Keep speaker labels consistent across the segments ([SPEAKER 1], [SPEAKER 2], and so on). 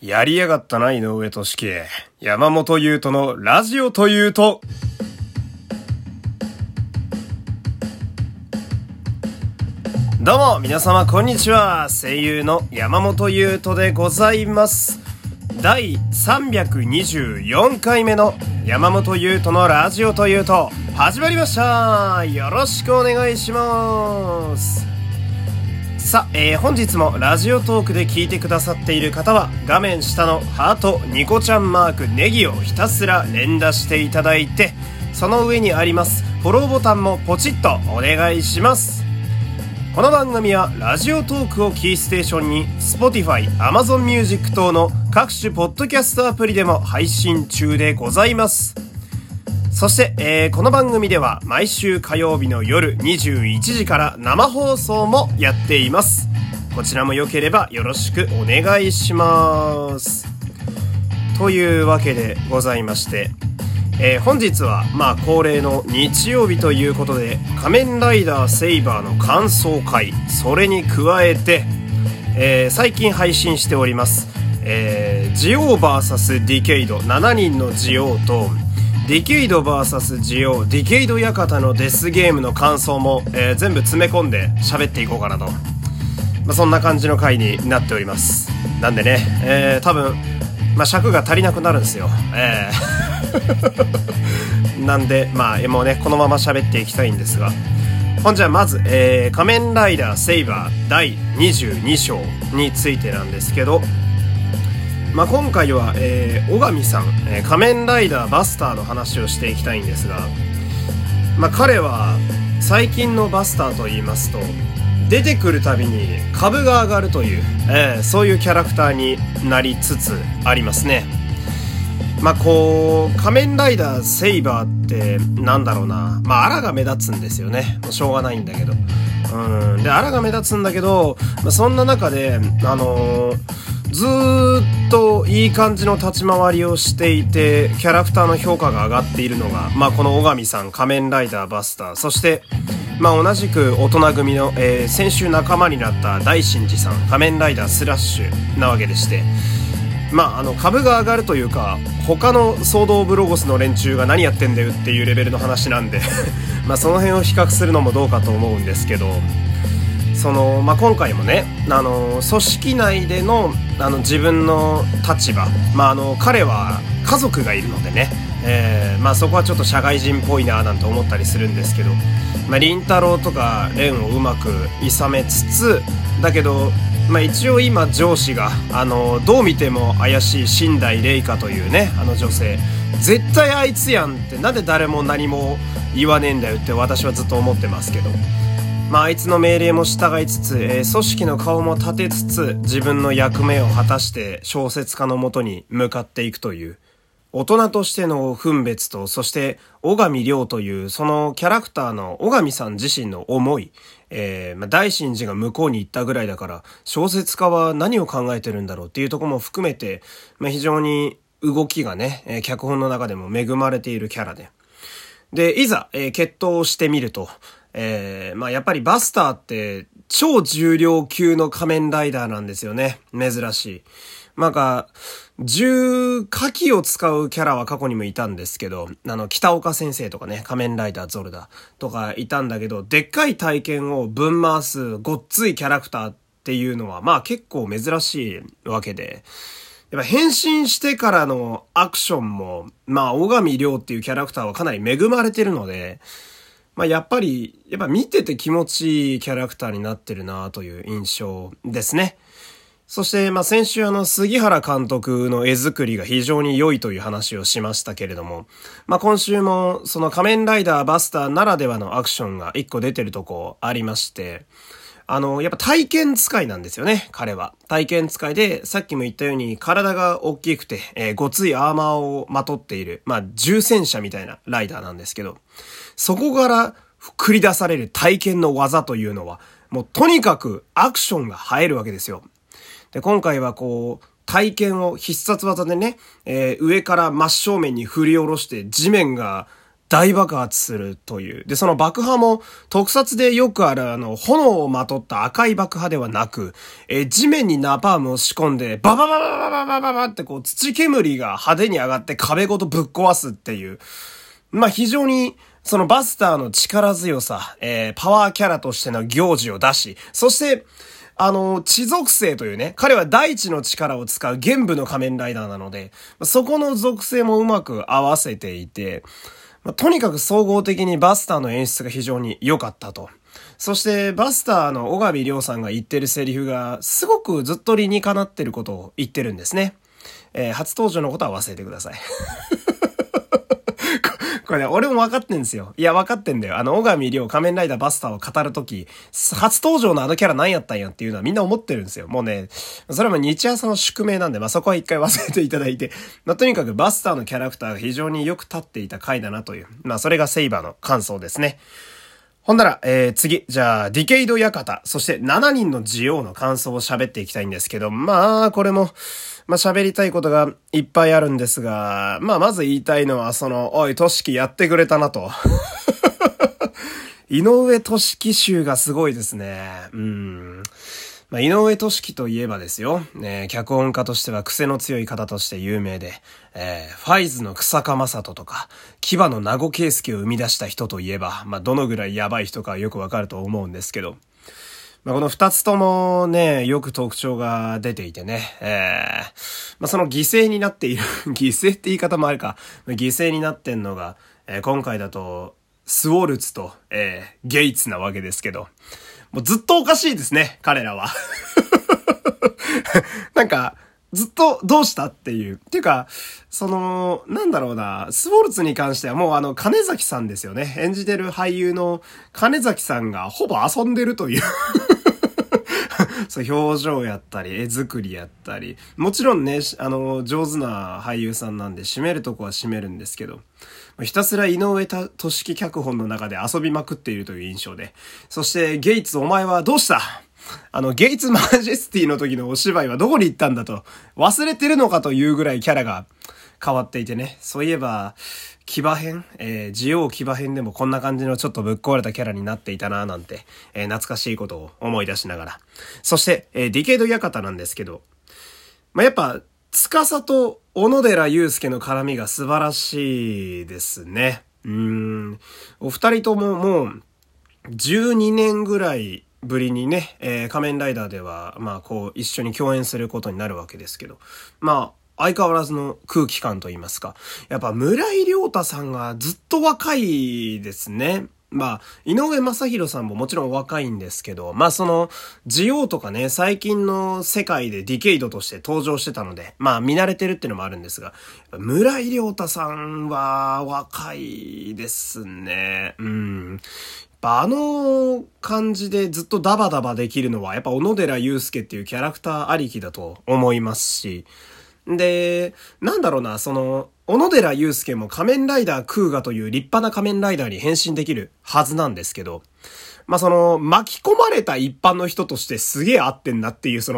[SPEAKER 1] やりやがったな、井上俊樹。山本優斗のラジオというと。どうも、皆様こんにちは。声優の山本優斗でございます。第324回目の山本優斗のラジオというと、始まりました。よろしくお願いします。さあ、本日もラジオトークで聞いてくださっている方は画面下のハートニコちゃんマークネギをひたすら連打していただいて、その上にありますフォローボタンもポチッとお願いします。この番組はラジオトークをキーステーションに Spotify、Amazon Music 等の各種ポッドキャストアプリでも配信中でございます。そして、この番組では毎週火曜日の夜21時から生放送もやっています。こちらも良ければよろしくお願いします。というわけでございまして、本日は恒例の日曜日ということで仮面ライダーセイバーの感想会、それに加えて、最近配信しております、ジオー VS ディケイド7人のジオーとディケイド VS ジオディケイド館のデスゲームの感想も、全部詰め込んで喋っていこうかなと、そんな感じの回になっております。なんでね、多分、尺が足りなくなるんですよ。なんでもうねこのまま喋っていきたいんですが、ほんじゃまず、仮面ライダーセイバー第22章についてなんですけど、今回は、小上さん、仮面ライダーバスターの話をしていきたいんですが、彼は最近のバスターと言いますと出てくるたびに株が上がるという、そういうキャラクターになりつつありますね。仮面ライダーセイバーってなんだろうな、アラが目立つんですよね。もうしょうがないんだけど、でアラが目立つんだけど、そんな中でずーっといい感じの立ち回りをしていてキャラクターの評価が上がっているのが、この小上さん仮面ライダーバスター、そして同じく大人組の、先週仲間になった大神寺さん仮面ライダースラッシュなわけでして、株が上がるというか他のソードオブロゴスの連中が何やってんだよっていうレベルの話なんでその辺を比較するのもどうかと思うんですけど、今回もね、組織内での自分の立場、彼は家族がいるのでね、そこはちょっと社会人っぽいななんて思ったりするんですけど、凛太郎とか蓮をうまくいさめつつだけど、一応今上司がどう見ても怪しい新代玲香というね女性、絶対あいつやんって、なんで誰も何も言わねえんだよって私はずっと思ってますけど、あいつの命令も従いつつ、組織の顔も立てつつ自分の役目を果たして小説家のもとに向かっていくという大人としての分別と、そして小上亮というそのキャラクターの小上さん自身の思い、大神寺が向こうに行ったぐらいだから小説家は何を考えてるんだろうっていうところも含めて、非常に動きがね、脚本の中でも恵まれているキャラで、いざ、決闘してみると、やっぱりバスターって超重量級の仮面ライダーなんですよね。珍しい。重火器を使うキャラは過去にもいたんですけど、北岡先生とかね、仮面ライダーゾルダとかいたんだけど、でっかい体験をぶん回すごっついキャラクターっていうのは結構珍しいわけで、やっぱ変身してからのアクションも小上亮っていうキャラクターはかなり恵まれてるので、やっぱ見てて気持ちいいキャラクターになってるなという印象ですね。そして、先週杉原監督の絵作りが非常に良いという話をしましたけれども、今週もその仮面ライダーバスターならではのアクションが一個出てるとこありまして、やっぱ体験使いなんですよね、彼は。体験使いで、さっきも言ったように体が大きくて、ごついアーマーをまとっている、重戦車みたいなライダーなんですけど、そこから繰り出される体験の技というのは、もうとにかくアクションが映えるわけですよ。で、今回は体験を必殺技でね、上から真正面に振り下ろして地面が大爆発するという。で、その爆破も特撮でよくある炎をまとった赤い爆破ではなく、地面にナパームを仕込んで、バババババババババってこう土煙が派手に上がって壁ごとぶっ壊すっていう。まあ非常にそのバスターの力強さ、パワーキャラとしての行事を出し、そして、地属性というね、彼は大地の力を使う玄武の仮面ライダーなので、そこの属性もうまく合わせていて、とにかく総合的にバスターの演出が非常に良かったと。そしてバスターの小上亮さんが言ってるセリフがすごくずっと理にかなってることを言ってるんですね。初登場のことは忘れてください。これね、俺も分かってんですよ。いや、分かってんだよ。小上亮仮面ライダーバスターを語るとき、初登場のキャラ何やったんやっていうのはみんな思ってるんですよ。もうね、それはもう日朝の宿命なんで、そこは一回忘れていただいて、とにかくバスターのキャラクターが非常によく立っていた回だなという。それがセイバーの感想ですね。ほんなら、次、じゃあ、ディケイド館、そして7人のジオウの感想を喋っていきたいんですけど、これも、喋りたいことがいっぱいあるんですが、まず言いたいのは、おい、トシキやってくれたなと。井上俊樹集がすごいですね。井上俊樹といえばですよ、脚本家としては癖の強い方として有名で、ファイズの草加正人とか、牙の名護圭介を生み出した人といえば、どのぐらいやばい人かよくわかると思うんですけど、この二つともね、よく特徴が出ていてね、その犠牲になっている、犠牲って言い方もあるか、犠牲になってんのが、今回だと、スウォルツと、ゲイツなわけですけど、もうずっとおかしいですね、彼らは。なんか、ずっとどうしたっていう。っていうか、なんだろうな、スウォルツに関してはもう金崎さんですよね。演じてる俳優の金崎さんがほぼ遊んでるという。そう、表情やったり、絵作りやったり。もちろんね、上手な俳優さんなんで、締めるとこは締めるんですけど、ひたすら井上俊樹脚本の中で遊びまくっているという印象で。そして、ゲイツお前はどうした？ゲイツマジェスティの時のお芝居はどこに行ったんだと、忘れてるのかというぐらいキャラが変わっていてね。そういえば、騎馬編、ジオウ騎馬編でもこんな感じのちょっとぶっ壊れたキャラになっていたなぁなんて、懐かしいことを思い出しながら。そして、ディケイド館なんですけど、やっぱ、司と小野寺祐介の絡みが素晴らしいですね。お二人とももう、12年ぐらいぶりにね、仮面ライダーでは、一緒に共演することになるわけですけど、相変わらずの空気感と言いますか。やっぱ村井亮太さんがずっと若いですね。井上正宏さんももちろん若いんですけど、ジオウとかね、最近の世界でディケイドとして登場してたので、見慣れてるっていうのもあるんですが、村井亮太さんは若いですね。感じでずっとダバダバできるのは、やっぱ小野寺祐介っていうキャラクターありきだと思いますし、で、小野寺祐介も仮面ライダークーガという立派な仮面ライダーに変身できるはずなんですけど、巻き込まれた一般の人としてすげえ合ってんなっていう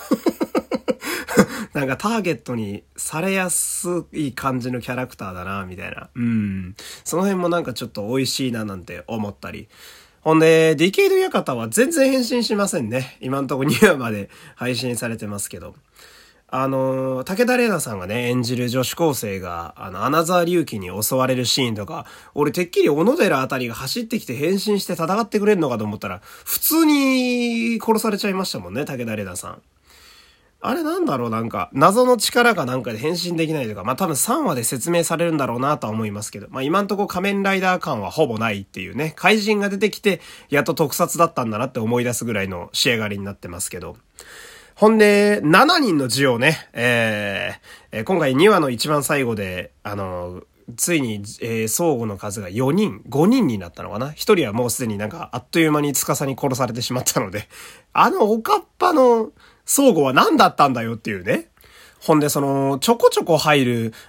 [SPEAKER 1] ターゲットにされやすい感じのキャラクターだな、みたいな。その辺もちょっと美味しいななんて思ったり。ほんで、ディケイド館は全然変身しませんね。今のところ2話まで配信されてますけど。武田玲奈さんがね、演じる女子高生が、アナザー龍騎に襲われるシーンとか、俺てっきり小野寺あたりが走ってきて変身して戦ってくれるのかと思ったら、普通に殺されちゃいましたもんね、武田玲奈さん。あれ謎の力かなんかで変身できないとか、多分3話で説明されるんだろうなとは思いますけど、今んとこ仮面ライダー感はほぼないっていうね、怪人が出てきて、やっと特撮だったんだなって思い出すぐらいの仕上がりになってますけど、ほんで、7人のジオね、今回2話の一番最後で、ついに、相互の数が5人になったのかな。1人はもうすでにあっという間に司に殺されてしまったので、おかっぱの相互は何だったんだよっていうね。ほんで、ちょこちょこ入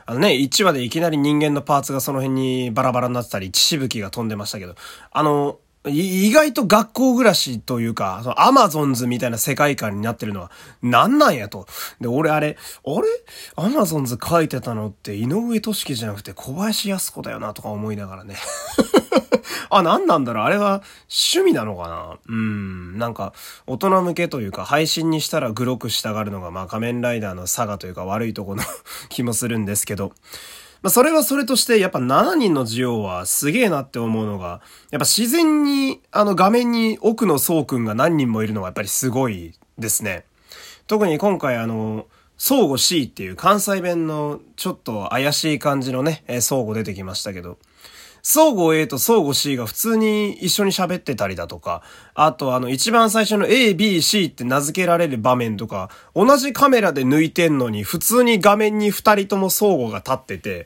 [SPEAKER 1] る、1話でいきなり人間のパーツがその辺にバラバラになってたり、血しぶきが飛んでましたけど、 意外と学校暮らしというか、そのアマゾンズみたいな世界観になってるのは何なんやと。で、俺アマゾンズ書いてたのって井上俊樹じゃなくて小林靖子だよなとか思いながらね。何なんだろう、あれは趣味なのかな。なんか大人向けというか配信にしたらグロくしたがるのが仮面ライダーのサガというか悪いとこの気もするんですけど。それはそれとして、やっぱ7人のジオはすげえなって思うのが、やっぱ自然に画面に奥野壮くんが何人もいるのがやっぱりすごいですね。特に今回相互 C っていう関西弁のちょっと怪しい感じのね、相互出てきましたけど、相互 A と相互 C が普通に一緒に喋ってたりだとか、あと一番最初の A、B、C って名付けられる場面とか、同じカメラで抜いてんのに普通に画面に二人とも相互が立ってて、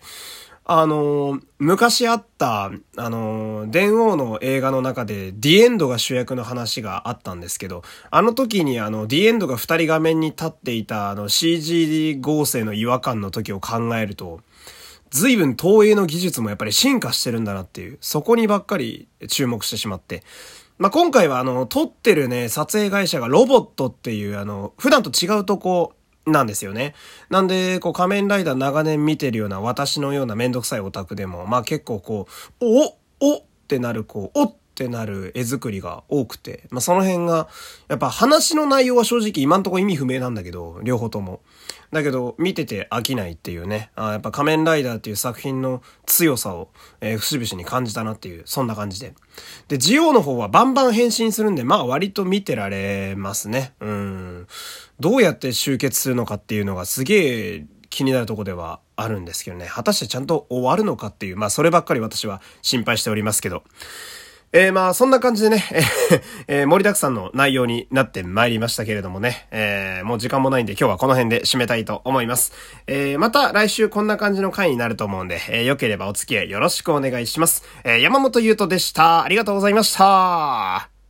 [SPEAKER 1] 昔あった、電王の映画の中でディエンドが主役の話があったんですけど、あの時にディエンドが二人画面に立っていたCG 合成の違和感の時を考えると、随分投影の技術もやっぱり進化してるんだなっていう、そこにばっかり注目してしまって。今回は撮ってるね、撮影会社がロボットっていう普段と違うとこなんですよね。なんで、仮面ライダー長年見てるような私のようなめんどくさいオタクでも、結構おってなるおってなる絵作りが多くて、その辺が、やっぱ話の内容は正直今んとこ意味不明なんだけど、両方とも。だけど、見てて飽きないっていうね。やっぱ仮面ライダーっていう作品の強さを、節々に感じたなっていう、そんな感じで。で、ジオの方はバンバン変身するんで、割と見てられますね。どうやって集結するのかっていうのがすげえ気になるとこではあるんですけどね。果たしてちゃんと終わるのかっていう、そればっかり私は心配しておりますけど。そんな感じでね、盛りだくさんの内容になってまいりましたけれどもね、もう時間もないんで今日はこの辺で締めたいと思います。また来週こんな感じの回になると思うんで、良ければお付き合いよろしくお願いします。山本優斗でした。ありがとうございました。